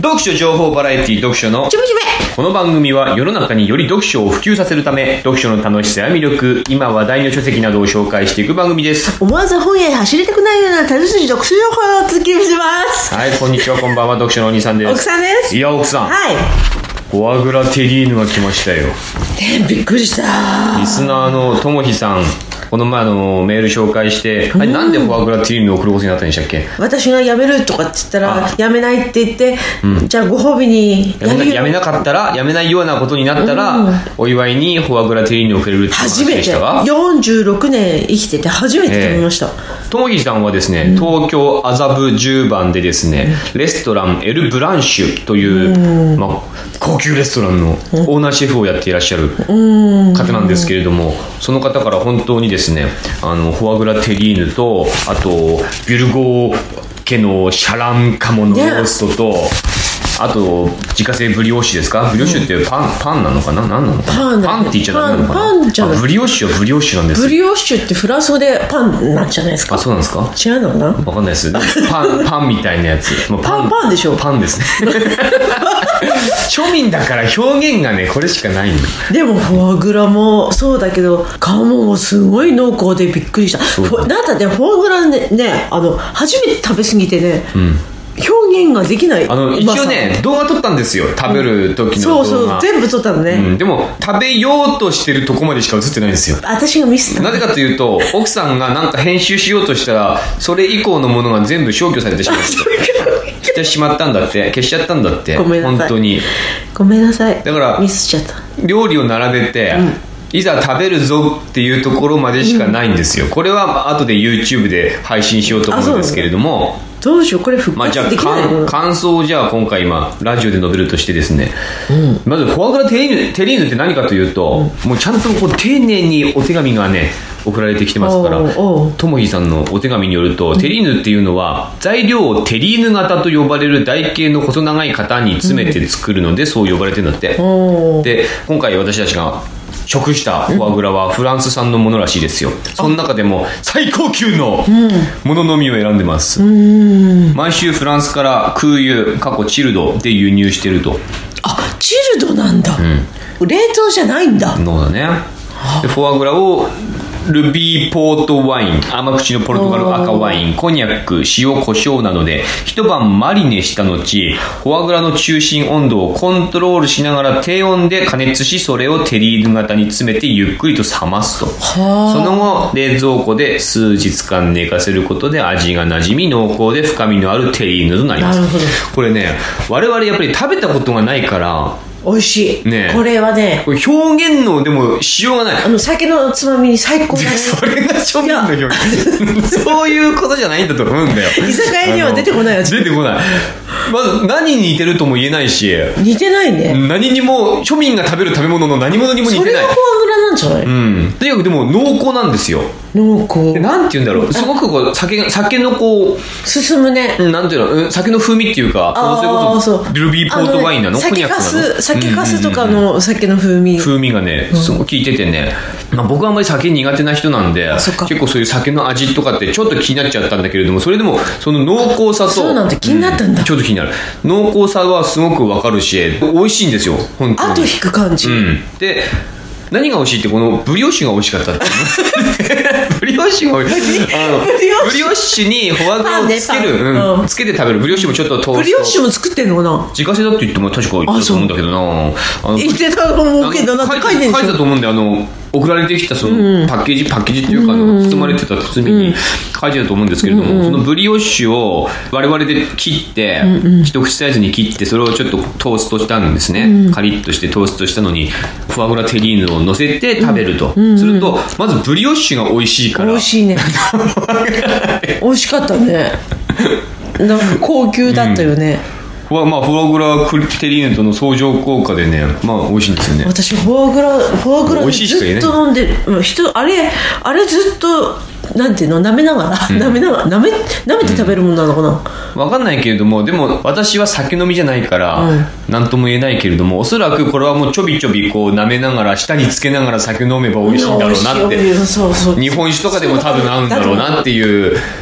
読書情報バラエティ読書のちびちび。 この番組は世の中により読書を普及させるため、読書の楽しさや魅力、今話題の書籍などを紹介していく番組です。 思わず本屋へ走りたくなるような楽しい読書情報をお続けします。 はい、こんにちは、こんばんは。読書のお兄さんです。 奥さんです。 いや、奥さん、 はい。 フォアグラテリーヌが来ましたよ。 びっくりした。 リスナーのともひさん、この前メール紹介して、あれなんでフォアグラテリーヌを送ることになったんでしたっけ？ 私が辞めるとかって言ったら辞めないって言って、じゃあご褒美にやめなかったら、やめないようなことになったら、お祝いにフォアグラテリーヌをくれるって話でしたが、 46年生きてて初めて食べました。 ともひさんはですね、東京麻布十番でですね、レストランエル・ブランシュという、高級レストランのオーナーシェフをやっていらっしゃる方なんですけれども、その方から本当にですね、フォアグラテリーヌと、あとビュルゴー家のシャランカモのローストと、あと自家製ブリオッシュですか？ブリオッシュってパンなのかな？何なのかな？パンって言っちゃダメなのかな？ パンじゃない。 ブリオッシュはブリオッシュなんですよ。 ブリオッシュってフランス語でパンなんじゃないですか？ あ、そうなんですか？ 違うのかな？ わかんないです。パンみたいなやつ。 パンでしょ？ パンですね。庶民だから表現がね、これしかないんだ。 でもフォアグラもそうだけど、皮もすごい濃厚でびっくりした。だってね、フォアグラね、初めて食べ過ぎてね、表現ができない。 一応ね、動画撮ったんですよ、食べる時の動画。 そう全部撮ったのね、 でも食べようとしてるとこまでしか映ってないんですよ。 私がミスった。 なぜかというと、奥さんがなんか編集しようとしたら、それ以降のものが全部消去されてしまってしまったんだって、消しちゃったんだって。 ごめんなさい、 本当にごめんなさい。 だからミスしちゃった。 料理を並べて、いざ食べるぞっていうところまでしかないんですよ。これは後で YouTube で配信しようと思うんですけれども、 どうしよう、これ復活できないの？ 感想をじゃあ今回ラジオで述べるとしてですね、まずフォアグラテリーヌって何かというと、もうちゃんと丁寧にお手紙がね送られてきてますから、ともひさんのお手紙によると、テリーヌっていうのは材料をテリーヌ型と呼ばれる台形の細長い型に詰めて作るので、そう呼ばれてるんだって。で、今回私たちが食したフォアグラはフランス産のものらしいですよ。その中でも最高級のもののみを選んでます。毎週フランスから空輸チルドで輸入してると。 あ、チルドなんだ、冷凍じゃないんだ。 そうだね。でフォアグラをルビーポートワイン、甘口のポルトガル赤ワイン、コニャック、塩コショウなどで一晩マリネした後、フォアグラの中心温度をコントロールしながら低温で加熱し、それをテリーヌ型に詰めてゆっくりと冷ますと。その後冷蔵庫で数日間寝かせることで味が馴染み、濃厚で深みのあるテリーヌとなります。 なるほど。 これね、我々やっぱり食べたことがないから美味しい、 ね、 これはね、 これ表現のでもしようがない。 酒のつまみに最高だね。 それが庶民の表現。そういうことじゃないんだと思うんだよ。 居酒屋には出てこないやつ。 出てこない。まず何に似てるとも言えないし、 似てないね。 何にも庶民が食べる食べ物の何物にも似てない。 それがフォアグラなんじゃない？ とにかくでも濃厚なんですよ。 濃厚。 なんて言うんだろう。すごくこう酒のこう進むね。 なんていうの、酒の風味っていうか、それこそルビーポートワインなの、コニャックなの。 酒粕とかの酒の風味がね、すごく効いててね。僕はあんまり酒苦手な人なんで、結構そういう酒の味とかってちょっと気になっちゃったんだけれども、それでもその濃厚さと、 そうなんだ、気になったんだ。 ちょっと気になる。濃厚さはすごくわかるし、美味しいんですよ、本当に。 あと引く感じ。 で、何が美味しいって、このブリオッシュが美味しかったって。ブリオッシュが美味しい。ブリオッシュにフォアグラをつける、つけて食べる。ブリオッシュもちょっとトースト。 ブリオッシュも作ってんのかな？ 自家製だって言っても確か言ってたと思うんだけどな。 言ってたと思うけどな、書いてるでしょ。 書いてたと思うんで、送られてきたそのパッケージっていうか、包まれてた包みに書いてたと思うんですけれども、そのブリオッシュを我々で切って、一口サイズに切って、それをちょっとトーストしたんですね。カリッとしてトーストしたのに、フォアグラテリーヌを乗せて食べると。すると、まずブリオッシュが美味しいから。 美味しいね。美味しかったね。なんか高級だったよね。 フォアグラテリーヌとの相乗効果でね、美味しいんですよね。 私フォアグラずっと飲んでる。あれずっとなんていうの、舐めながら、舐めて食べるもんなのかな。 分かんないけれども、でも私は酒飲みじゃないから、なんとも言えないけれども、おそらくこれはもうちょびちょびこう舐めながら、舌につけながら酒飲めば美味しいんだろうなって、日本酒とかでも多分合うんだろうなっていう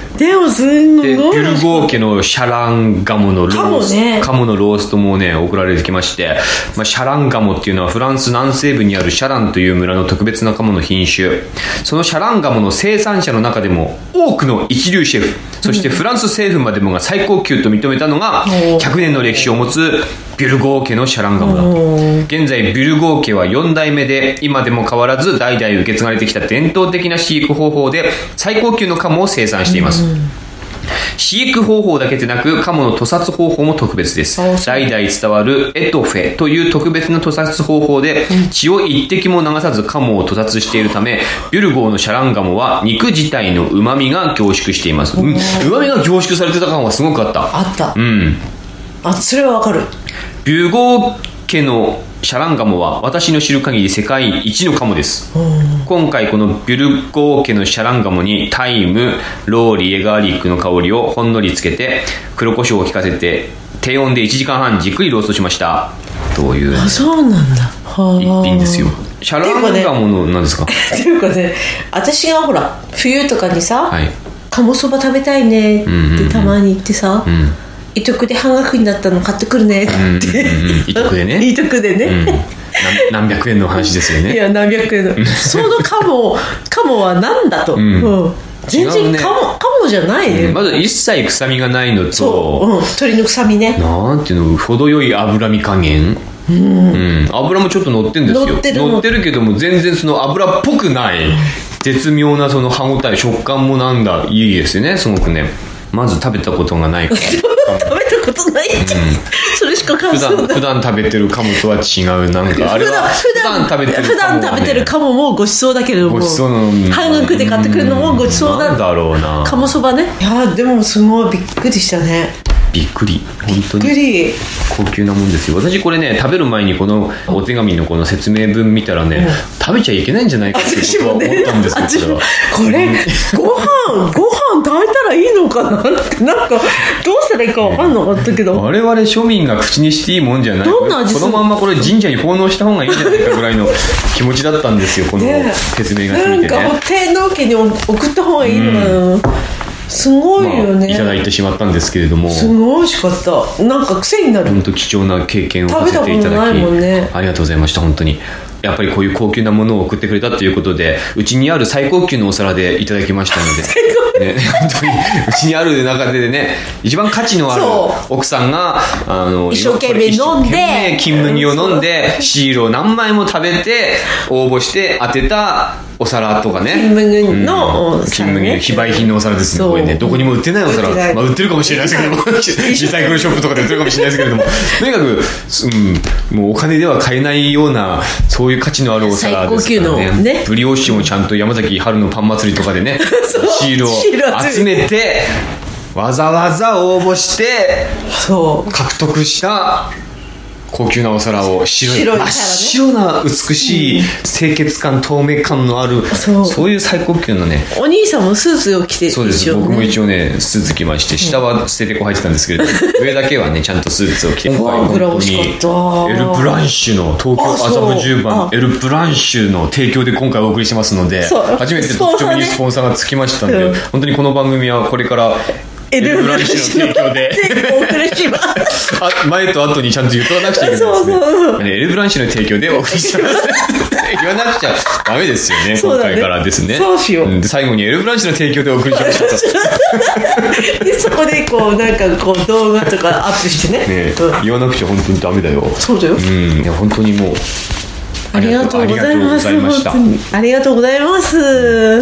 でもすんごいでビュルゴー家のシャランガモのロースト、 ね、 カモのローストもね送られてきまして、シャランガモっていうのはフランス南西部にあるシャランという村の特別なカモの品種。そのシャランガモの生産者の中でも多くの一流シェフ、そしてフランス政府までもが最高級と認めたのが100年の歴史を持つビュルゴー家のシャランガモだと。現在ビュルゴー家は4代目で、今でも変わらず代々受け継がれてきた伝統的な飼育方法で最高級のカモを生産しています。飼育方法だけでなくカモの屠殺方法も特別です。代々伝わるエトフェという特別な屠殺方法で血を一滴も流さずカモを屠殺しているため、ビュルゴーのシャランガモは肉自体の旨味が凝縮しています。旨味が凝縮されてた感はすごくあった。 あった。それはわかる。 ビュルゴー家のシャランガモは私の知る限り世界一のカモです。今回このビュルゴー家のシャランガモにタイム、ローリエ、ガーリックの香りをほんのりつけて黒胡椒を効かせて低温で1時間半じっくりローストしましたという、 そうなんだ、 一品ですよ。シャランガモの何ですか？ っていうかね、私がほら冬とかにさ、 はい、 鴨そば食べたいねってたまに言ってさ、伊徳で半額になったの買ってくるねって伊徳でね伊徳でね、 何百円の話ですよね。 いや何百円のその鴨は何だと、全然鴨じゃないね、 まず一切臭みがないのと、 鶏の臭みね、 なんていうの、程よい脂身加減、油もちょっと乗ってるんですよ。乗ってるけども全然その油っぽくない、絶妙なその歯ごたえ、食感もなんだいいですよね、すごくね。まず食べたことがないから食べたことない、それしか感想ない。 普段食べてるカモとは違う、なんかあれは普段食べてるカモもごちそうだけれども、半額で買ってくるのもごちそうなんだろうな、 カモそばね。いやでもすごいびっくりしたね。 びっくり、本当に高級なもんですよ。私これね、食べる前にこのお手紙のこの説明文見たらね、食べちゃいけないんじゃないかって僕は思ったんですけど、これご飯炊いたらいいのかなってなんかどうしたらいいか分かんなかったけど、 我々庶民が口にしていいもんじゃない、このまんまこれ神社に奉納した方がいいんじゃないかぐらいの気持ちだったんですよ、この説明が見てね。 なんか天皇家に送った方がいいのかな、すごいよね、 いただいてしまったんですけれども、 すごい美味しかった。なんか癖になる。 本当貴重な経験をさせていただき、ありがとうございました。本当にやっぱりこういう高級なものを送ってくれたということで、うちにある最高級のお皿でいただきましたので、本当にうちにある中でね、一番価値のある奥さんが一生懸命飲んで金麦を飲んでシールを何枚も食べて応募して当てたお皿とかね、 金麦の金麦の非売品のお皿ですね。これね、どこにも売ってないお皿、売ってるかもしれないですけどもリサイクルショップとかで売ってるかもしれないですけれども、とにかく、もうお金では買えないようなそういう価値のあるお皿ですからね。ブリオッシュもちゃんと山崎春のパン祭りとかでねシールを集めてわざわざ応募して獲得した高級なお皿を真っ白な美しい清潔感、透明感のある、そういう最高級のね。 お兄さんもスーツを着て、 そうです、僕も一応ねスーツ着まして、下は捨ててこ入ってたんですけれども、上だけはねちゃんとスーツを着て、今回本当にエル・ブランシュの東京麻布十番エル・ブランシュの提供で今回お送りしてますので、初めて特徴にスポンサーがつきましたので、本当にこの番組はこれからエル・ブランシュの提供でお送りします前と後にちゃんと言わなくちゃいけないですね。エル・ブランシュの提供でお送りします言わなくちゃダメですよね、今回からですね。 そうしよう。 最後にエル・ブランシュの提供でお送りしましたでそこでこうなんかこう動画とかアップしてね言わなくちゃ本当にダメだよ。 そうだよ。 いや本当にもうありがとうございます。ありがとうございます。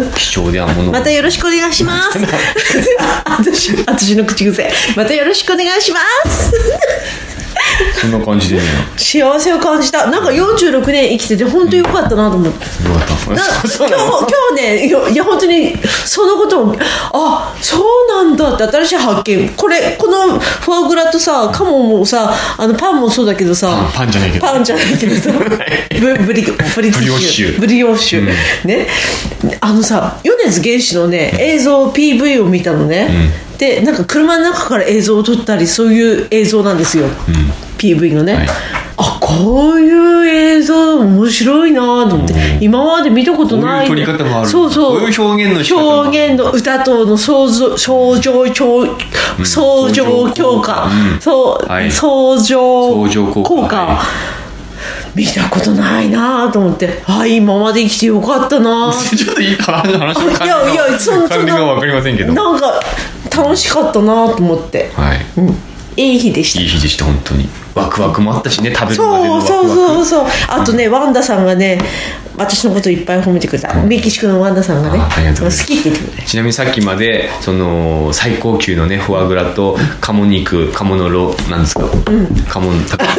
貴重なもの。 またよろしくお願いします。私の口癖。またよろしくお願いします。 そんな感じでね、 幸せを感じた。なんか46年生きてて本当に良かったなと思って。 よかった。 今日ね、いや本当にそのことを、あ、そうなんだって新しい発見。このフォアグラとさ、カモもさ、パンもそうだけどさ、 パンじゃないけどさ、ブリオッシュ、ね、さ、米津玄師のね映像 PV を見たのね。でなんか車の中から映像を撮ったりそういう映像なんですよ、PV のね、あ、 こういう映像面白いなと思って、今まで見たことない。 こういう撮り方もある。 そうそう。 こういう表現の仕方もある。 表現の歌との相乗効果、相乗効果。見たことないなと思って、今まで生きてよかったなちょっといい話の感じが分かりませんけど、 なんか楽しかったなと思って、いい日でした。 いい日でした。本当にワクワクもあったしね、食べるまでのワクワク。 そうあとね、ワンダさんがね、私のこといっぱい褒めてくれた、メキシコのワンダさんがね、好きって言ってくれた。 ちなみにさっきまでその最高級のねフォアグラと鴨肉、鴨のロなんですか、鴨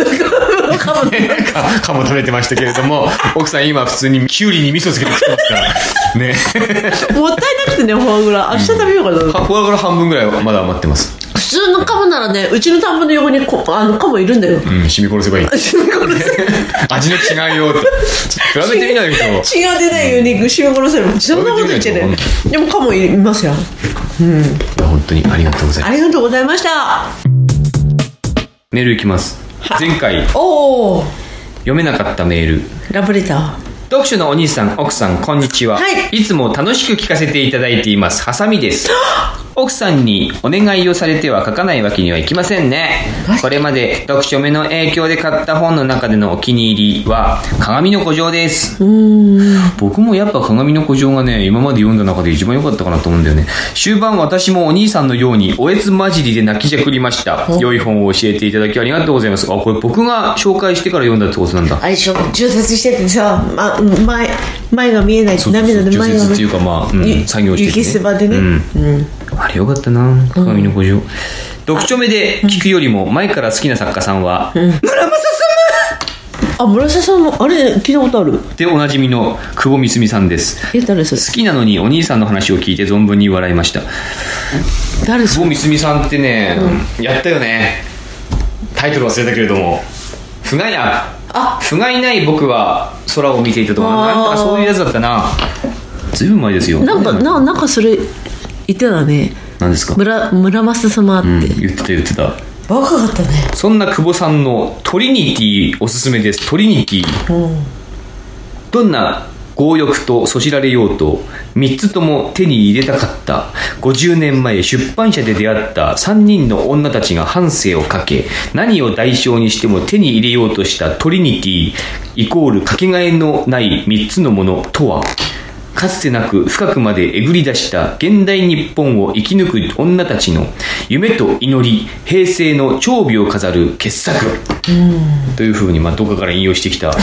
食べてましたけれども、奥さん今普通にキュウリに味噌つけて食ってますからねもったいなくてね、フォアグラ明日食べようかな。 フォアグラ半分ぐらいまだ余ってます。 普通のカモならね、うちの田んぼの横にカモいるんだよ。 染み殺せばいい味の違いよって比べてみないと血が出ないように染み殺せば、そんなこと言っちゃね。でもカモいますよ。 いや本当にありがとうございます。 ありがとうございました。 メールいきます。前回読めなかったメール、 ラブレター。 読書のお兄さん、奥さん、こんにちは。いつも楽しく聞かせていただいています。ハサミです。奥さんにお願いをされては書かないわけにはいきませんね。これまで読書目の影響で買った本の中でのお気に入りは鏡の古城です。僕もやっぱ鏡の古城がね、今まで読んだ中で一番良かったかなと思うんだよね。終盤私もお兄さんのようにおえつ混じりで泣きじゃくりました。良い本を教えていただきありがとうございます。これ僕が紹介してから読んだってことなんだ。 あれでしょ、充殺しててさ、前が見えない、涙で前がっていうか作業してて、ね、 雪捨て場でね、 あれよかったな、鏡の古城。読書目で聞くよりも前から好きな作家さんは、村正様。 村正さんもあれ聞いたことあるでおなじみの久保みすみさんです。 誰それ。 好きなのにお兄さんの話を聞いて存分に笑いました。 誰それ。 久保みすみさんってね、やったよね。タイトル忘れたけれども、不甲斐ない僕は空を見ていたとか、なんかそういうやつだったな。ずいぶん前ですよ。 なんかそれ言ってたね。 何ですか。 村正様って、 言ってた。 若かったね。 そんな久保さんのトリニティおすすめです。トリニティ、どんな強欲とそしられようと3つとも手に入れたかった。50年前出版社で出会った3人の女たちが半生をかけ、何を代償にしても手に入れようとしたトリニティイコールかけがえのない3つのものとは。かつてなく深くまでえぐり出した現代日本を生き抜く女たちの夢と祈り、平成の長美を飾る傑作というふうに、どこかから引用してきた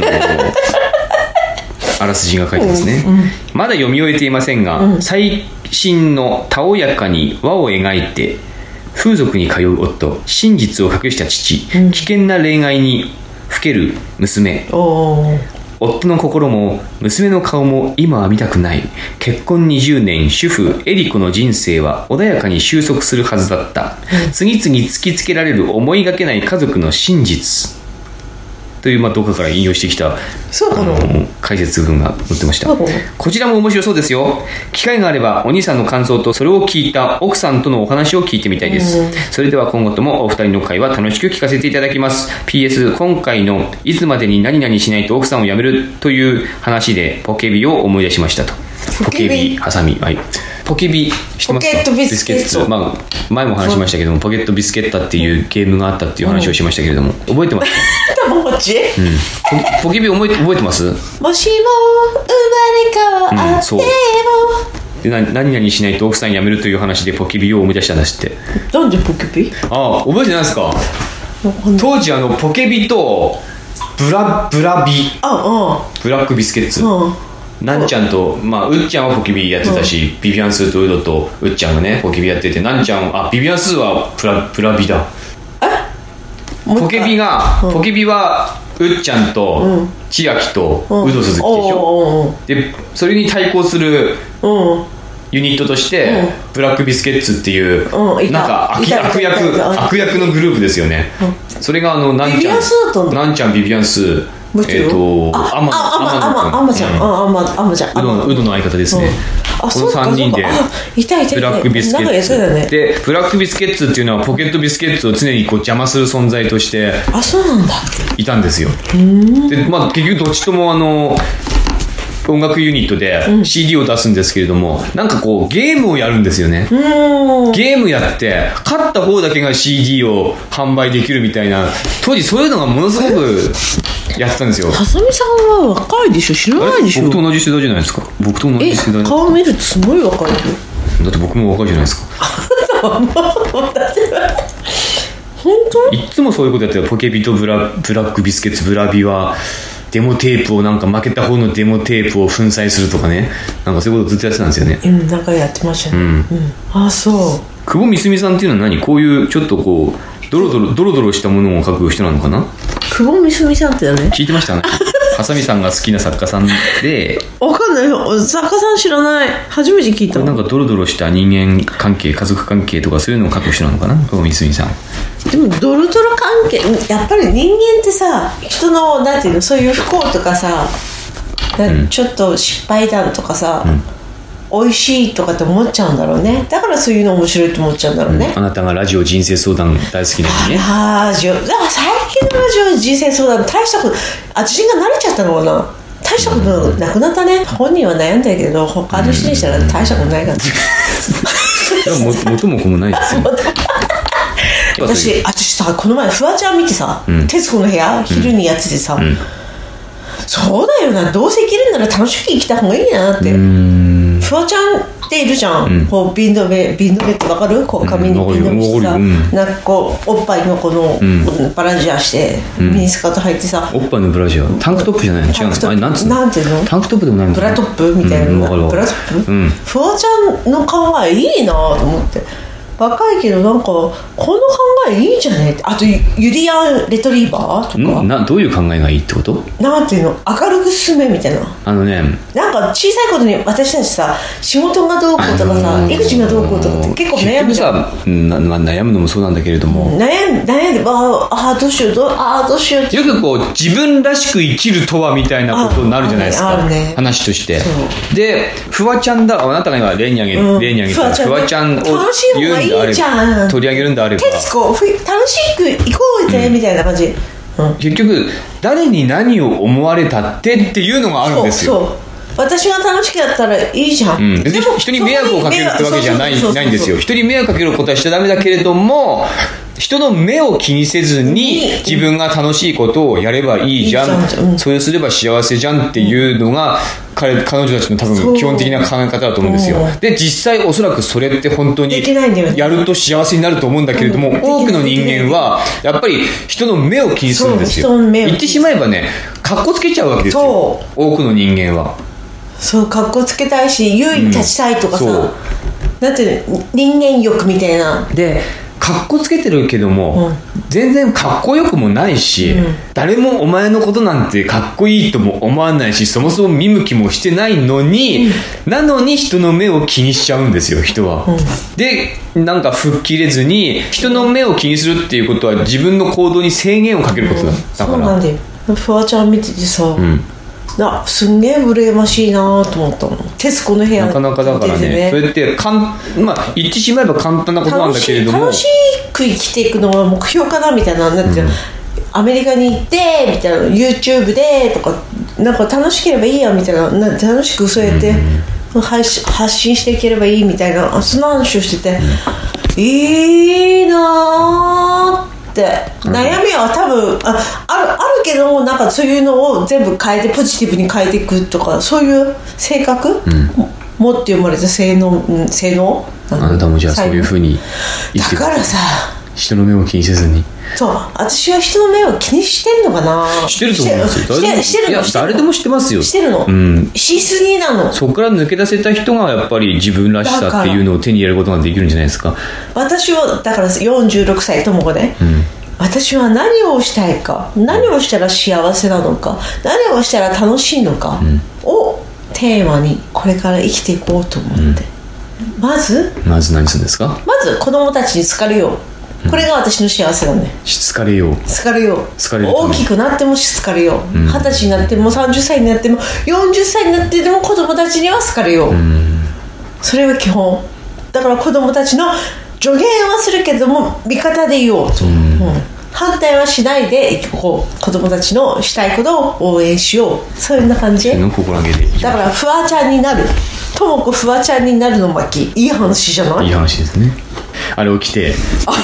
あらすじが書いてますね。まだ読み終えていませんが、最新のたおやかに輪を描いて風俗に通う夫、真実を隠した父、危険な恋愛にふける娘。夫の心も娘の顔も今は見たくない。結婚20年主婦エリコの人生は穏やかに収束するはずだった。次々突きつけられる思いがけない家族の真実という、どこかから引用してきた解説文が載ってました。こちらも面白そうですよ。機会があればお兄さんの感想とそれを聞いた奥さんとのお話を聞いてみたいです。それでは今後ともお二人の会話楽しく聞かせていただきます。 PS 今回のいつまでに何々しないと奥さんを辞めるという話でポケビを思い出しましたと。ポケビハサミ、ポケビ知ってますか。 ポケットビスケット、 前も話しましたけども、ポケットビスケッタっていうゲームがあったっていう話をしましたけれども、覚えてますか。 たまごっち、 ポケビ覚えてます。 もしも生まれ変わっても、 で何々しないと奥さん辞めるという話でポケビを思い出したんですって。 なんでポケビ。 覚えてないですか。当時ポケビとブラビ、ブラックビスケッツ、なんちゃんと、うっちゃんはポケビやってたし、ビビアンスーとウドとうっちゃんがねポケビやってて、なんちゃんビビアンスーはプラビだ。ポケビはうっちゃんと千秋とウド鈴木でしょ。でそれに対抗するユニットとしてブラックビスケッツっていうなんか悪役のグループですよね。それがなんちゃんビビアンスもう一人アマちゃん、 アマちゃん、 ウドの相方ですね。この3人でブラックビスケッツで、ブラックビスケッツっていうのはポケットビスケッツを常にこう邪魔する存在としてそうなんだいたんですよ。で、結局どっちとも音楽ユニットで CD を出すんですけれども、なんかこうゲームをやるんですよね。ゲームやって勝った方だけが CD を販売できるみたいな、当時そういうのがものすごくやってたんですよ。 はさみさんは若いでしょ、知らないでしょ。 僕と同じ世代じゃないですか。僕と同じ世代。 顔見るとすごい若いよ。 だって僕も若いじゃないですか。 本当？ いつもそういうことやってる。ポケビとブラックビスケッツ、ブラビはデモテープをなんか負けた方のデモテープを粉砕するとかね、なんかそういうことずっとやってたんですよね。 なんかやってましたね。そう。 久保みすみさんっていうのは何？こういうちょっとこうドロドロしたものを描く人なのかな？ 久保みすみさんってね、 聞いてましたね。はさみさんが好きな作家さんで。 わかんないよ、作家さん知らない、初めて聞いた。 なんかドロドロした人間関係、家族関係とかそういうのを描く人なのかな、久保みすみさん。 でもドロドロ関係、やっぱり人間ってさ、人のなんていうの、そういう不幸とかさ、ちょっと失敗談とかさ、美味しいとかって思っちゃうんだろうね。だからそういうの面白いと思っちゃうんだろうね。 あなたがラジオ人生相談大好きなのにね。 ラジオ、だから最近のラジオ人生相談大したこと、私が慣れちゃったのかな。大したことなくなったね。本人は悩んだけど他の人にしたら大したことないから元も子もないですよ。 私さ、この前フワちゃん見てさ、徹子の部屋昼にやっててさ、そうだよな、どうせ生きるなら楽しく生きた方がいいなって。フワちゃんっているじゃん、こうビンドベってわかる？こう髪にビンドベしてさ、なんかこうおっぱいのこのブラジャーしてミニスカート履いてさ、 おっぱいのブラジャー、タンクトップじゃないの？違うの？あれなんていうの？タンクトップでもないの？ ブラトップみたいな、ブラトップ、フワちゃんの考えいいなと思って。若いけどなんかこの考えいいじゃね。あとユリアンレトリーバーとか、 どういう考えがいいってこと？ なんていうの、明るく進めみたいな。なんか小さいことに私たちさ、仕事がどうこうとかさ、育児がどうこうとかって結構悩むじゃん。 悩むのもそうなんだけれども、 悩んでどうしようどうしようって、 よくこう自分らしく生きるとはみたいなことになるじゃないですか、話として。でフワちゃんだ、あなたが今例に挙げたフワちゃんを言うんであれば、取り上げるんであれば、 徹子楽しく行こうぜみたいな感じ。 結局誰に何を思われたっていうのがあるんですよ。 そう私が楽しくやったらいいじゃん。 でも人に迷惑をかけるってわけじゃないんですよ。人に迷惑かけることはしちゃダメだけれども、人の目を気にせずに自分が楽しいことをやればいいじゃん、それすれば幸せじゃんっていうのが彼女たちの多分基本的な考え方だと思うんですよ。で実際おそらくそれって本当にやると幸せになると思うんだけれども、多くの人間はやっぱり人の目を気にするんですよ。言ってしまえばね、かっこつけちゃうわけですよ、多くの人間は。 そうかっこつけたいし優位に立ちたいとかさ、なんていうの、人間欲みたいなでかっこつけてるけども、全然かっこよくもないし、誰もお前のことなんてかっこいいとも思わないし、そもそも見向きもしてないのに、なのに人の目を気にしちゃうんですよ、人は。でなんか吹っ切れずに、人の目を気にするっていうことは自分の行動に制限をかけることだから。 そうなんだよ。フワちゃん見ててさ、すんげえ羨ましいなと思ったの。徹子の部屋なかなかだからね、それって言ってしまえば簡単なことなんだけれども、 楽しく生きていくのが目標かなみたいな、なんていうの、アメリカに行ってみたいな、 YouTube でとか、なんか楽しければいいやみたいな、楽しくそうやって発信していければいいみたいな、その話をしてて、いいなーって。悩みは多分あるけども、なんかそういうのを全部変えてポジティブに変えていくとか、そういう性格、持って生まれた性能あなたもじゃあそういう風にだからさ、 人の目を気にせずに。 そう、私は人の目を気にしてるのかな。 してると思いますよ。 してるの。いや誰でも知ってますよ。 してるの、しすぎなの。 そこから抜け出せた人がやっぱり自分らしさっていうのを手に入れることができるんじゃないですか。 私はだから46歳とも子ね、私は何をしたいか、何をしたら幸せなのか、何をしたら楽しいのかをテーマにこれから生きていこうと思って、まず何するんですか。 まず子供たちに好かれよう。 これが私の幸せだね。 好かれよう。 好かれよう。 好かれるため大きくなっても好かれよう。20歳になっても30歳になっても40歳になってでも子供たちには好かれよう。それは基本。だから子供たちの助言はするけども味方でいようと。反対はしないで子供たちのしたいことを応援しよう。そういう感じ。 心上げで。 だからフワちゃんになる。ともこフワちゃんになるの巻いい話じゃない？ いい話ですね。あれを着て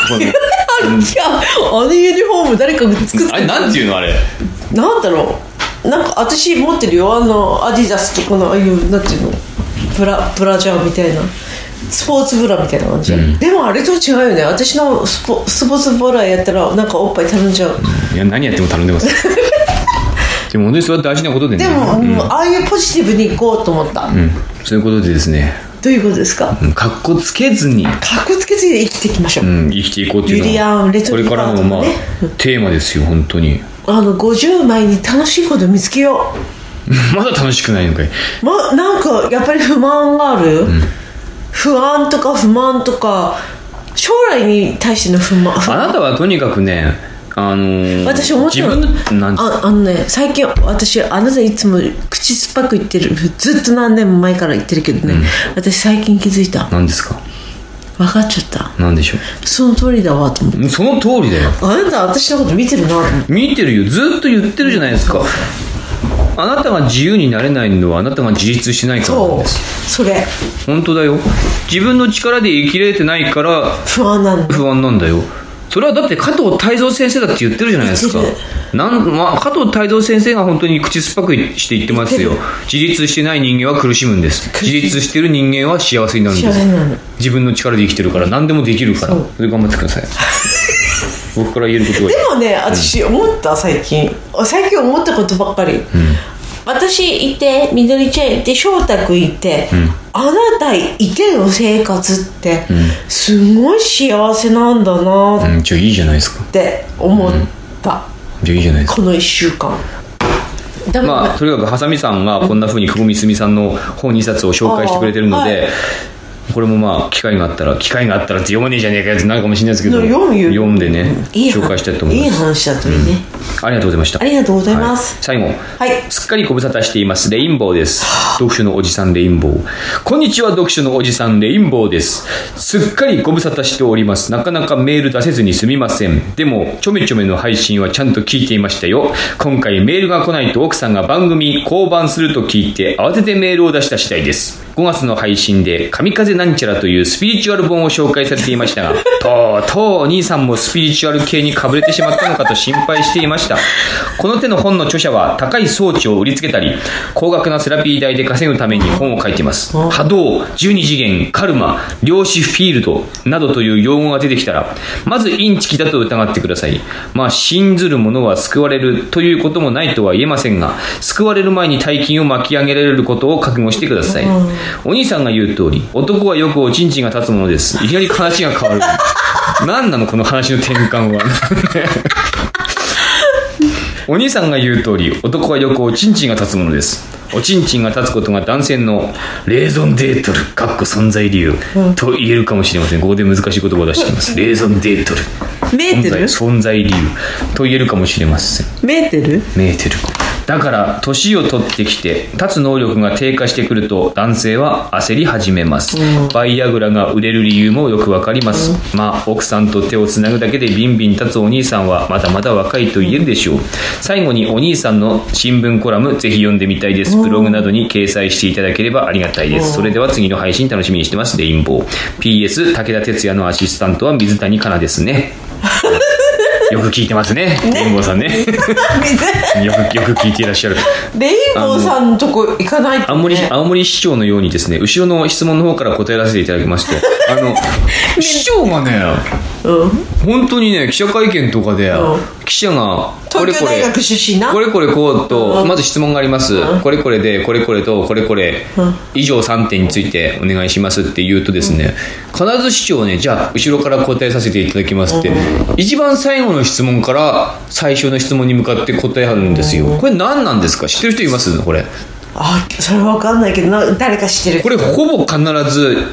あのユニフォーム誰かが作ってあれなんていうのあれなんだろう。なんか私持ってるよアディダスとかのああいうなんていうのブラジャーみたいなスポーツブラみたいな感じ、でもあれと違うよね。私のスポーツブラやったらなんかおっぱい頼んじゃう、 いや何やっても頼んでますでも本当にそれは大事なことでね。 でも、ああいうポジティブにいこうと思った、 そういうことでですね。 どういうことですか？ かっこつけずに生きていきましょう、 生きていこうっていうのはユリアンレトリバーとかね、 これからのテーマですよ本当に。 50枚に楽しいこと見つけようまだ楽しくないのかい。 なんかやっぱり不満がある、不安とか不満とか将来に対しての不満。 あなたはとにかくね私思ったのね、最近私あなたいつも口酸っぱく言ってる、ずっと何年も前から言ってるけどね、私最近気づいた。 何ですか？ 分かっちゃった。 何でしょう？ その通りだわと思って。 その通りだよ。 あなた私のこと見てるなと思って。 見てるよ、ずっと言ってるじゃないですか。あなたが自由になれないのはあなたが自立してないからなんです。 それ本当だよ。自分の力で生きれてないから不安なんだよ。それはだって加藤泰造先生だって言ってるじゃないですか。加藤泰造先生が本当に口酸っぱくして言ってますよ。自立してない人間は苦しむんです。自立してる人間は幸せになるんです。自分の力で生きてるから何でもできるから。それ頑張ってください僕から言えることは。 でもね、私思った最近思ったことばっかり、私いて、みどりちゃんいて、翔太君いて、あなたいての生活ってすごい幸せなんだなじゃあいいじゃないですかって思った、 じゃあいいじゃないですか。 この1週間。 とにかくハサミさんがこんな風に久保みすみさんの本2冊を紹介してくれてるので、これも機会があったらって読まねえじゃねえかよってなるかもしれないですけど、読んでね、紹介したいと思います。 いい話だといいね、 ありがとうございました。 ありがとうございます、 最後、すっかりご無沙汰していますレインボーです。読書のおじさんレインボー。こんにちは、読書のおじさんレインボーです。すっかりご無沙汰しております。なかなかメール出せずにすみません。でもちょめちょめの配信はちゃんと聞いていましたよ。今回メールが来ないと奥さんが番組降板すると聞いて慌ててメールを出した次第です。5月の配信で神風なんちゃらというスピリチュアル本を紹介されていましたが、とうとうお兄さんもスピリチュアル系にかぶれてしまったのかと心配していました。この手の本の著者は高い装置を売りつけたり高額なセラピー代で稼ぐために本を書いています。波動、12次元、カルマ、量子フィールドなどという用語が出てきたらまずインチキだと疑ってください。信ずる者は救われるということもないとは言えませんが、救われる前に大金を巻き上げられることを覚悟してください。お兄さんが言う通り、男はよくおちんちんが立つものです。いきなり話が変わる何なのこの話の転換はお兄さんが言う通り、男はよくおちんちんが立つものです。おちんちんが立つことが男性のレーゾンデートル存在理由と言えるかもしれません。ここで難しい言葉を出しています。レーゾンデートル存在理由と言えるかもしれません。メーテルだから年を取ってきて立つ能力が低下してくると男性は焦り始めます。バイアグラが売れる理由もよくわかります。奥さんと手をつなぐだけでビンビン立つお兄さんはまだまだ若いと言えるでしょう。最後にお兄さんの新聞コラムぜひ読んでみたいです。ブログなどに掲載していただければありがたいです。それでは次の配信楽しみにしてます。レインボー PS 武田鉄矢のアシスタントは水谷香奈ですねよく聞いてますね、レインボーさんねよく聞いていらっしゃる。 レインボーさんのとこ行かないと、ね、 青森市長のようにですね、後ろの質問の方から答えらせていただきますと市長がね、本当にね記者会見とかで、記者が東京大学出身なこれこうと、まず質問があります、これこれでこれこれとこれこれ、以上3点についてお願いしますって言うとですね、必ず市長ね、じゃあ後ろから答えさせていただきますって、一番最後の質問から最初の質問に向かって答えはるんですよ。これ何なんですか？知ってる人います？これそれは分かんないけど誰か知ってる。 これほぼ必ず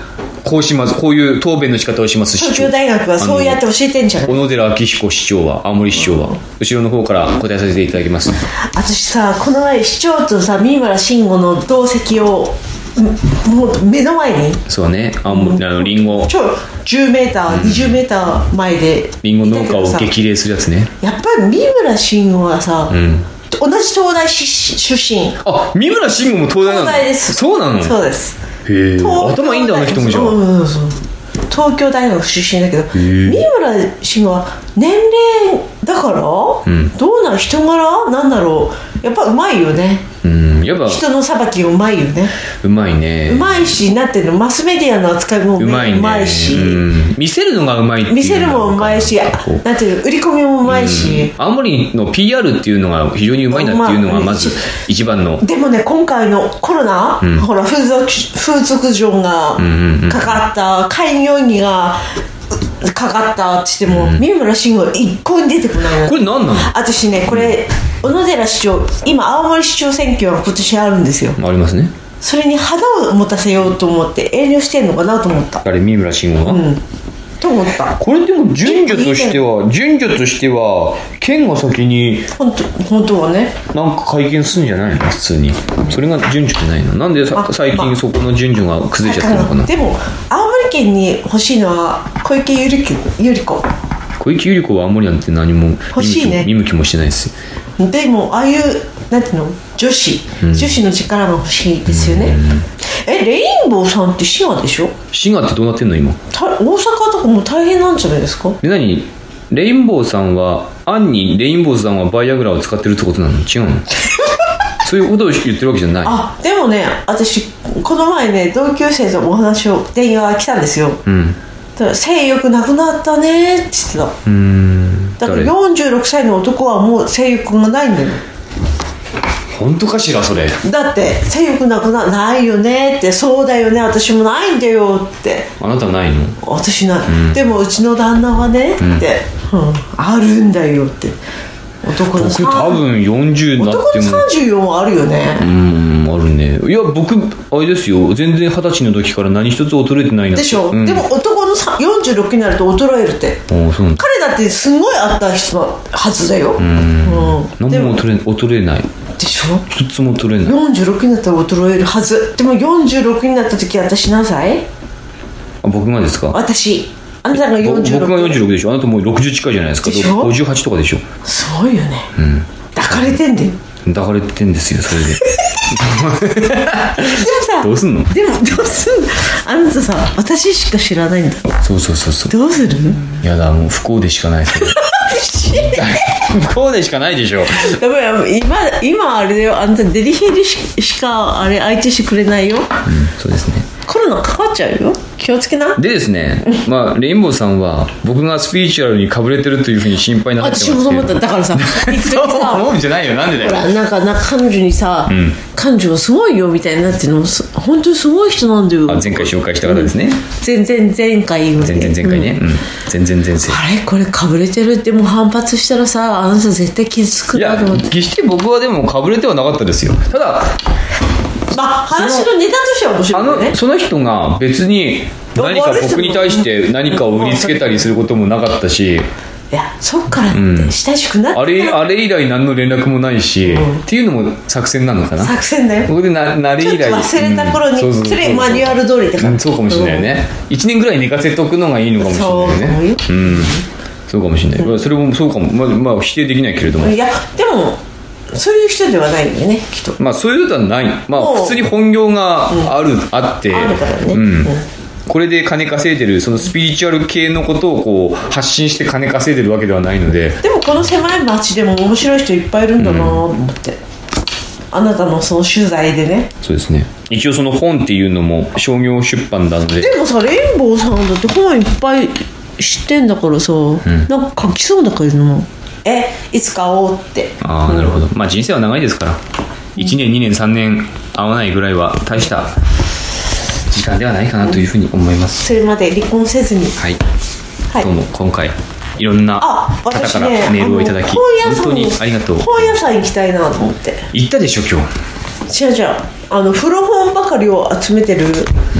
こういう答弁の仕方をします東京大学はそうやって教えてんじゃん。 小野寺明彦市長は、青森市長は、後ろの方から答えさせていただきます。 私さ、この前市長とさ、三村慎吾の同席をもう目の前に、 そうね、リンゴ 10メーター、20メーター前でリンゴ農家を激励するやつね。 やっぱり三村慎吾はさ、同じ東大出身。 あ、三村慎吾も東大なの？ 東大です。 そうなの？ そうです。 へえ、頭いいんだ、あの人もじゃん。 東京大学出身だけど、三村慎吾は年齢だから、どうなの、人柄なんだろう、やっぱうまいよね。やっぱ人のさばきがうまいよね。 うまいね。 うまいし、なんていうの、マスメディアの扱いもうまいし、 見せるのがうまいっていう。 見せるもうまいし、なんていうの、売り込みもうまいし、 青森の PR っていうのが非常にうまいなっていうのがまず一番の。 でもね、今回のコロナ、ほら風俗嬢がかかった、開業医がかかったって言っても、三村慎吾一向に出てこないの。 これ何なの？ 私ね、これ小野寺市長、今青森市長選挙が今年あるんですよ。 ありますね。 それに肌を持たせようと思って遠慮してんのかなと思った。 三村慎吾が、 と思った。 これでも順序としては県が先に本当はね、 なんか会見するんじゃないの？普通にそれが順序じゃないの？なんで最近そこの順序が崩れちゃってるのかな。 でも青森県に欲しいのは小池百合子。 小池百合子は青森なんて何も欲しいね。 見向きもしてないですよ。 でもああいうなんていうの、女子の力も欲しいですよね。レインボーさんって滋賀でしょ？ 滋賀ってどうなってんの今？ 大阪とかも大変なんじゃないですか？ で、何レインボーさんは暗にレインボーさんはバイアグラを使ってるってことなの？違うの？そういうことを言ってるわけじゃない。 あ、でもね、私この前ね、同級生とお話を電話が来たんですよ。だから性欲なくなったねって言ってた。だから46歳の男はもう性欲がないんだよ。 本当かしらそれ？ だって性欲なくないよねって。そうだよね、私もないんだよって。 あなたないの？ 私ない、でもうちの旦那はねって、あるんだよって。男の僕多分40になっても男の34はあるよね。 あるね。いや僕あれですよ、全然20歳の時から何一つ衰えてないなって。 でしょ、でも男の46になると衰えるって。彼だってすごいあった人のはずだよ。 何も衰えないでしょ。 一つも衰えない。 46になったら衰えるはず。でも46になった時私何歳？ 僕がですか？ 私、あなたが46。 僕が46でしょ。あなたもう60近いじゃないですか。 でしょ？ 58とかでしょ。 すごいよね。抱かれてんだよ。 抱かれてんですよ、それで。 でもさ、 どうすんの？ でもどうすんの？あなたさ、私しか知らないんだ。 そうどうする？ やだ、もう不幸でしかないですよ。不幸でしかないでしょ。 やばい、今あれだよ、あんたデリヘルしかあれ相手してくれないよ。 そうですね。 コロナかかっちゃうよ、気をつけな。 でですね、レインボーさんは僕がスピリチュアルにかぶれてるというふうに心配になってますけど。 私もそう思った。だからさ、 そう思うんじゃないよ。なんでだよ。 ほら、なんか彼女にさ、彼女はすごいよみたいになってるの、本当にすごい人なんだよ。 前回紹介した方ですね。 前回ね。 前世。 あれこれかぶれてるってもう反発したらさ、あの人絶対傷つくなと思って。 決して僕はでもかぶれてはなかったですよ。ただ話のネタとしては面白いよね。 その人が別に何か僕に対して何かを売りつけたりすることもなかったし、 いや、そっからって親しくなって、 あれ以来何の連絡もないし、っていうのも作戦なのかな。 作戦だよ。 ここで慣れ以来ちょっと忘れた頃に、それマニュアル通りだから。 そうかもしれないよね。1年ぐらい寝かせておくのがいいのかもしれないよね。そうかもしれない。それもそうかも。否定できないけれども。 いや、でもそういう人ではないんだよね、きっと。 そういうことはない。普通に本業があって、 あるからね。 これで金稼いでる、そのスピリチュアル系のことをこう発信して金稼いでるわけではないので。 でもこの狭い町でも面白い人いっぱいいるんだなと思って、あなたのその取材でね。 そうですね。一応その本っていうのも商業出版なので。 でもさ、レインボーさんだって本いっぱい知ってんだからさ、なんか書きそうだけどな。いつ買おうって。 なるほど。人生は長いですから、1年2年3年会わないぐらいは大した時間ではないかなというふうに思います。 それまで離婚せずに。 はい。どうも今回いろんな方からメールをいただき、本当にありがとう。 本屋さん行きたいなと思って。 行ったでしょ今日。 違う、古本ばかりを集めてる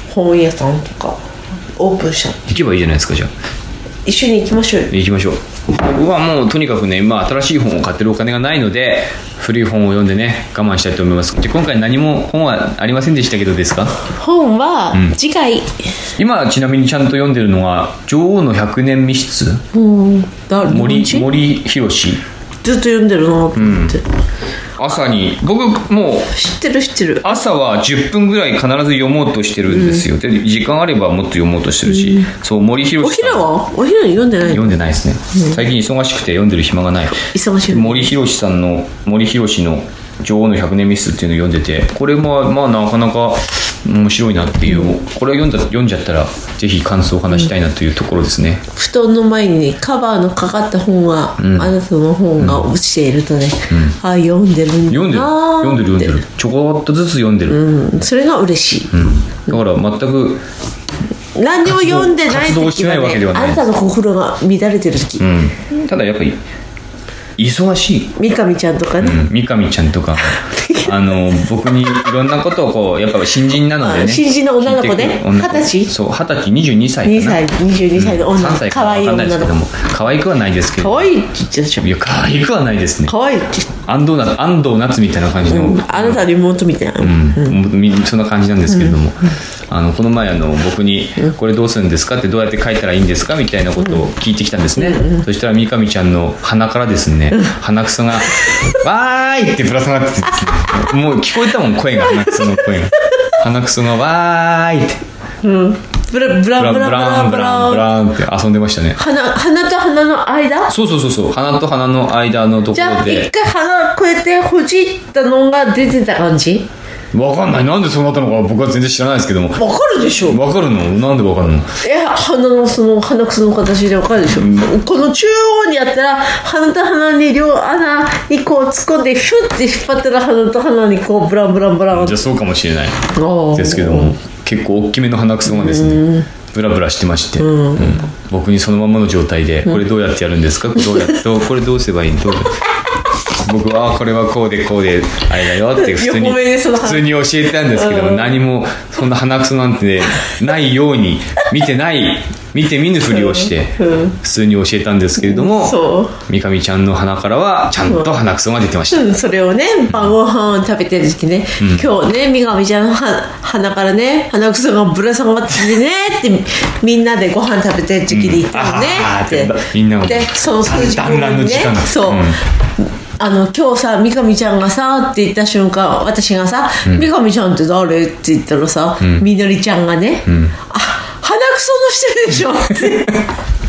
本屋さんとかオープンした。 行けばいいじゃないですか。じゃあ一緒に行きましょうよ。 行きましょう。僕はもうとにかくね、今新しい本を買ってるお金がないので、古い本を読んでね我慢したいと思います。で今回何も本はありませんでしたけどですか。 本は次回、 今ちなみにちゃんと読んでるのが女王の100年密室、森博ずっと読んでるなと思って、 朝に僕もう知ってる。 朝は10分ぐらい必ず読もうとしてるんですよ、で時間あればもっと読もうとしてるし、そう森博さん。 お昼読んでないの？ 読んでないですね、最近忙しくて読んでる暇がない。 忙しい。 森博さんの森博の女王の100年密室っていうのを読んでて、これもまあなかなか面白いなっていう、これを読んじゃったらぜひ感想を話したいなというところですね。 布団の前に、ね、カバーのかかった本が、あなたの本が落ちているとね、あ読んでるんだな読んでるちょこっとずつ読んでる、 それが嬉しい、 だから全く何にも読んでない時は、ね、 活動してないわけではない。 あなたの心が乱れてる時、 ただやっぱり忙しい。 三上ちゃんとかね、 三上ちゃんとか僕にいろんなことをこうやっぱ新人なのでね、 新人の女の子ね、20歳、 そう20歳22歳かな、 22歳の女の子、 3歳か分かんないですけども、可愛くはないですけど、 可愛いって言ってたでしょ。 いや可愛くはないですね。 可愛いって安藤夏みたいな感じの、 あなたの妹みたいな、 そんな感じなんですけれども、この前僕にこれどうするんですかって、どうやって書いたらいいんですかみたいなことを聞いてきたんですね、そしたら三上ちゃんの鼻からですね、鼻くそがわーいってぶら下がっててですね、もう聞こえたもん声が、鼻くその声が、鼻くそがわーいって、 ブランって遊んでましたね。 鼻と鼻の間、 そう鼻と鼻の間のところで、 じゃあ一回鼻こうやってほじったのが出てた感じ。 分かんない、なんでそうなったのか僕は全然知らないですけども。 分かるでしょ。 分かるの？なんで分かるの？ 鼻のその鼻くその形で分かるでしょ、この中央にやったら鼻と鼻に両穴にこう突っ込んでシュッて引っ張ったら鼻と鼻にこうブランじゃあそうかもしれないですけども、結構大きめの鼻くそがですねブラブラしてまして、僕にそのままの状態で、これどうやってやるんですか、これどうすればいいの、僕はこれはこうであれだよって普通に教えてたんですけども、何もそんな鼻くそなんてないように見て見ぬふりをして普通に教えたんですけれども、三上ちゃんの鼻からはちゃんと鼻くそが出てました、 それをね晩ご飯食べてる時ね、今日ね三上ちゃんの鼻からね鼻くそがぶら下がってねってみんなでご飯食べてる時期で言ったのねってみんなで、その数時間団らんの時間がそう、今日さ三上ちゃんがさって言った瞬間、私がさ、三上ちゃんって誰って言ったらさ、みのりちゃんがね、鼻くその人でしょって鼻くその人で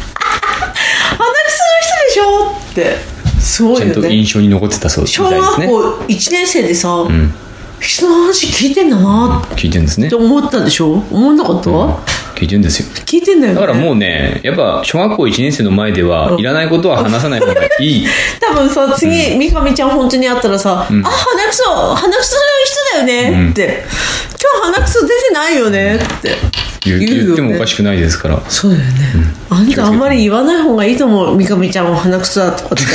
しょってすごいよね。 ちゃんと印象に残ってたそうですね。 小学校1年生でさ、人の話聞いてんだな聞いてんですねって思ったでしょ。思わなかった？ 聞いてんですよ。 聞いてんだよね。 だからもうね、やっぱ小学校1年生の前ではいらないことは話さない方がいい。 多分さ、次、三上ちゃん本当に会ったらさ、鼻くその人だよねって、今日鼻くそ出てないよねって言ってもおかしくないですから。 そうだよね、あんたあんまり言わない方がいいと思う。三上ちゃんは鼻くそだとかって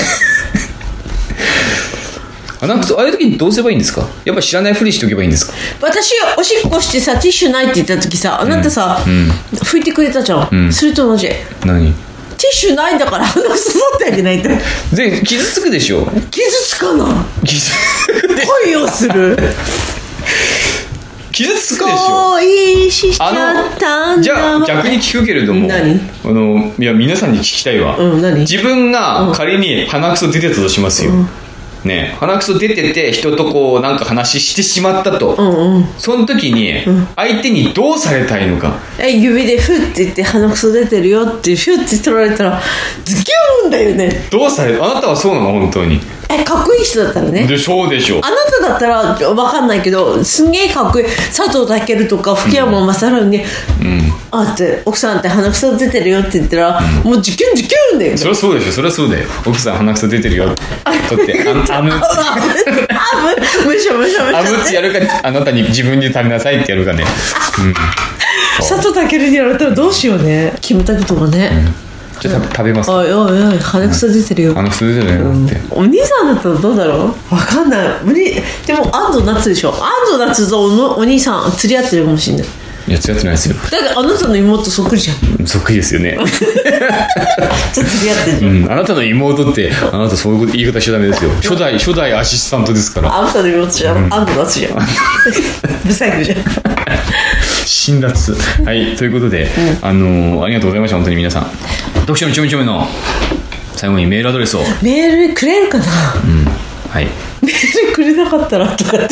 鼻くそ、ああいう時にどうすればいいんですか？やっぱり知らないふりしておけばいいんですか？ 私おしっこしてさ、ティッシュないって言った時さ、あなたさ、拭いてくれたじゃん、それと同じ。 何？ ティッシュないんだから鼻くそ取ってあげないと。 で傷つくでしょ。 傷つかな。 傷つくで恋をする傷つくでしょ。 恋しちゃったんだ。 じゃあ逆に聞くけれども、 何？ いや皆さんに聞きたいわ、 何？ 自分が仮に鼻くそ出てたとしますよ、ね、鼻くそ出てて人とこうなんか話してしまったと、その時に相手にどうされたいのか、 指でフッて言って鼻くそ出てるよってフッて取られたらズキューンだよね。 どうされる？あなたはそうなの？本当にかっこいい人だったらね。 そうでしょう。 あなただったら分かんないけど、すんげえかっこいい佐藤健とか福山雅治に、あって奥さんって鼻くそ出てるよって言ったら、もうジキュンジキュンだよね。 そりゃそうでしょ。そりゃそうだよ。奥さん鼻くそ出てるよ取ってあむむしゃむしゃむしゃあむってやるか、あなたに自分で食べなさいってやるかね、 佐藤健にやられたらどうしようね。キムタクとかね、 じゃあ食べますか。 おい鼻くそ出てるよ、 鼻くそ出てるよって、 お兄さんだったらどうだろう。分かんない。でも安藤夏でしょ。安藤夏と お兄さん釣り合ってるかもしれない。 いや、付き合ってないですよ。 だってあなたの妹そっくりじゃん。 そっくりですよね。 ちょっと付き合ってるじゃん。 あなたの妹って、あなたそういう言い方しちゃダメですよ。初代アシスタントですから。 あなたの妹じゃん。あんたのやつじゃん。ブサイクじゃん。 辛辣。はい、ということで、ありがとうございました。本当に皆さん。読書のちょめちょめの最後にメールアドレスを。 メールくれるかな。 はい。 メールくれなかったらとかって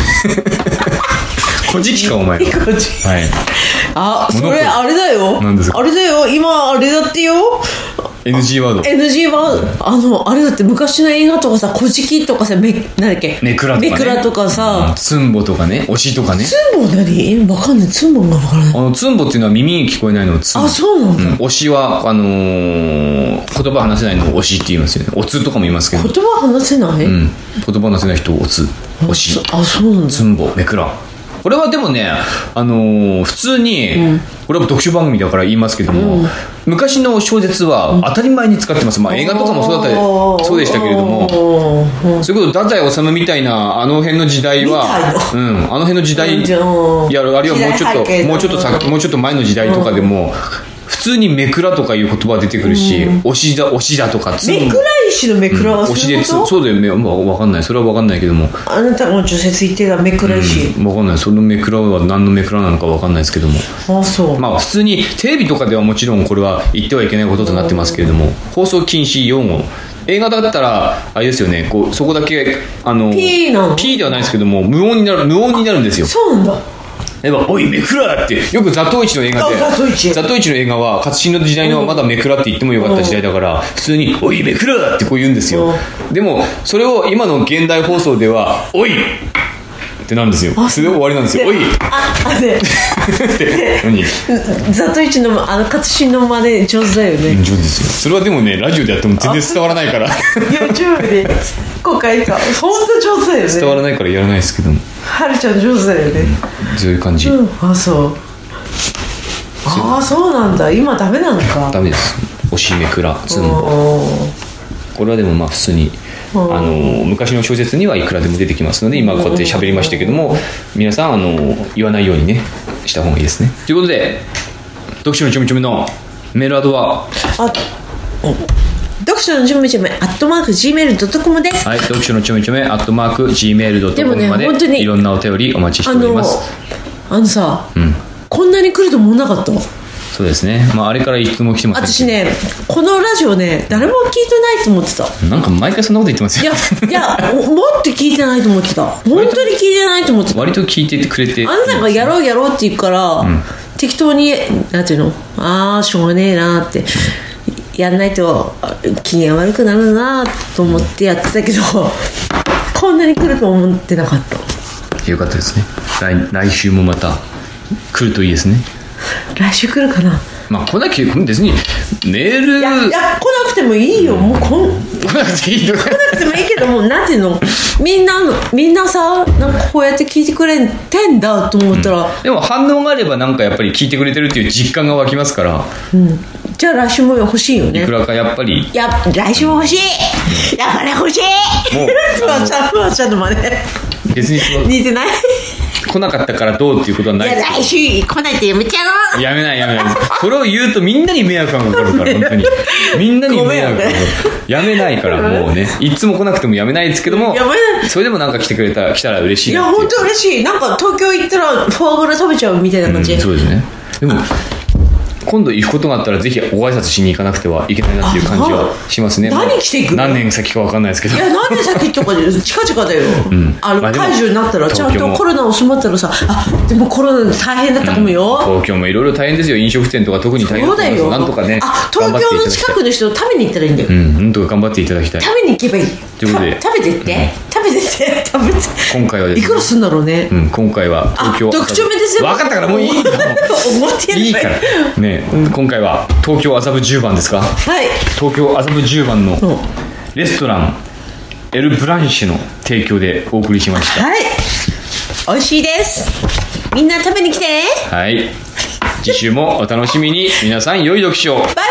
こじきかお前は。はい。 あ、それあれだよ。 何ですか。 あれだよ。今あれだってよ。 NG ワード。 NG ワード。あれだって昔の映画とかさ、こじきとかさ、なんだっけ。 めくらとかね。 めくらとかさ。 つんぼとかね。押しとかね。 つんぼ何？わかんない。つんぼがわからない。 つんぼっていうのは耳に聞こえないのをつんぼ。 あ、そうなんだ。 押しは言葉話せないのを押しって言いますよね。おつとかも言いますけど。 言葉話せない？ 言葉話せない人をおつ。押し。 あ、そうなんだ。 つんぼ、めくら。これはでもね、普通に、これは特集番組だから言いますけども、昔の小説は当たり前に使ってます。まあ映画とかもそうでしたけれども、それこそ太宰治みたいなあの辺の時代は、あの辺の時代、あるいはもうちょっと前の時代とかでも、普通にめくらとかいう言葉出てくるし、押しだとかめくら石のめくらはそういうこと？ そうだよね。わかんない。それはわかんないけども。 あなたも女性ついてためくら石。 わかんない。そのめくらは何のめくらなのかわかんないですけども。 あ、そう。 まあ普通にテレビとかではもちろんこれは言ってはいけないこととなってますけれども、放送禁止用語。映画だったらあれですよね。こうそこだけピーなの？ ピーではないですけども無音になるんですよ。 そうなんだ。 おいめくらってよくザトウイチの映画でザトウイチの映画は活心の時代のまだめくらって言ってもよかった時代だから普通においめくらってこう言うんですよ。でもそれを今の現代放送ではおいってなるんですよ。それで終わりなんですよ。おい何ザトウイチの活心の真似上手だよね。 上手ですよ。それはでもねラジオでやっても全然伝わらないから YouTube で公開か本当上手だよね。 伝わらないからやらないですけどもはるちゃん上手だよね。 そういう感じ。 あ、そう。ああ、そうなんだ。今ダメなのか。 ダメです。押しめくらつんぼ。これはでもまあ普通に昔の小説にはいくらでも出てきますので今こうやって喋りましたけども皆さん言わないようにねした方がいいですね。ということで読書のちょめちょめのメールアドは読書のちょめちょめ@gmail.com です。 はい、読書のちょめちょめ@gmail.com までいろんなお便りお待ちしております。 さ、こんなに来ると思わなかった。 そうですね。まああれからいつも来てます。 私ねこのラジオね誰も聞いてないと思ってた。 なんか毎回そんなこと言ってますよ。 いやもっと聞いてないと思ってた。本当に聞いてないと思ってた。 割と聞いててくれて。 あんたがやろうって言うから、適当になんていうのしょうがねえなってやんないと機嫌悪くなるなと思ってやってたけどこんなに来ると思ってなかった。 よかったですね。来週もまた来るといいですね。 来週来るかな。 まあ来なきゃ別にメールいや来なくてもいいよ。もう来なくていいよ。 来なくてもいいけどもなんていうのみんなさなんかこうやって聞いてくれてんだと思ったら、 でも反応があればなんかやっぱり聞いてくれてるっていう実感が湧きますから、 じゃあ来週も欲しいよね。 いくらかやっぱり来週も欲しい。やっぱり欲しい。もうフワちゃんの真似別に似てない来なかったからどうっていうことはないです。 いや来週来ないってやめちゃう。 やめないそれを言うとみんなに迷惑がかかるから本当にみんなに迷惑がかかる。やめないからもうねいつも来なくてもやめないですけどもそれでもなんか来たら嬉しいな。 いや本当嬉しい。なんか東京行ったらフォアグラ食べちゃうみたいな感じ、 そうですね。でも今度行くことがあったらぜひご挨拶しに行かなくてはいけないなっていう感じはしますね。 何着ていくの？ 何年先か分かんないですけど。 いや何年先とかで近々だよ、解除になったらちゃんとコロナ収まったらさでもコロナ大変だったかもよ、 東京もいろいろ大変ですよ。飲食店とか特に大変だと思います。なんとかね東京の近くの人食べに行ったらいいんだよ。 なんとか頑張っていただきたい。 食べに行けばいい。 ということで食べてって今回はですねいくらすんだろうね。 今回は東京特徴目ですよ。 分かったからもういいいいからね。今回は東京麻布10番ですか。 はい。 東京麻布10番のレストランエルブランシェの提供でお送りしました。 はい。美味しいです。みんな食べに来てね。 はい。次週もお楽しみに。皆さん良い読書を。バイバイ。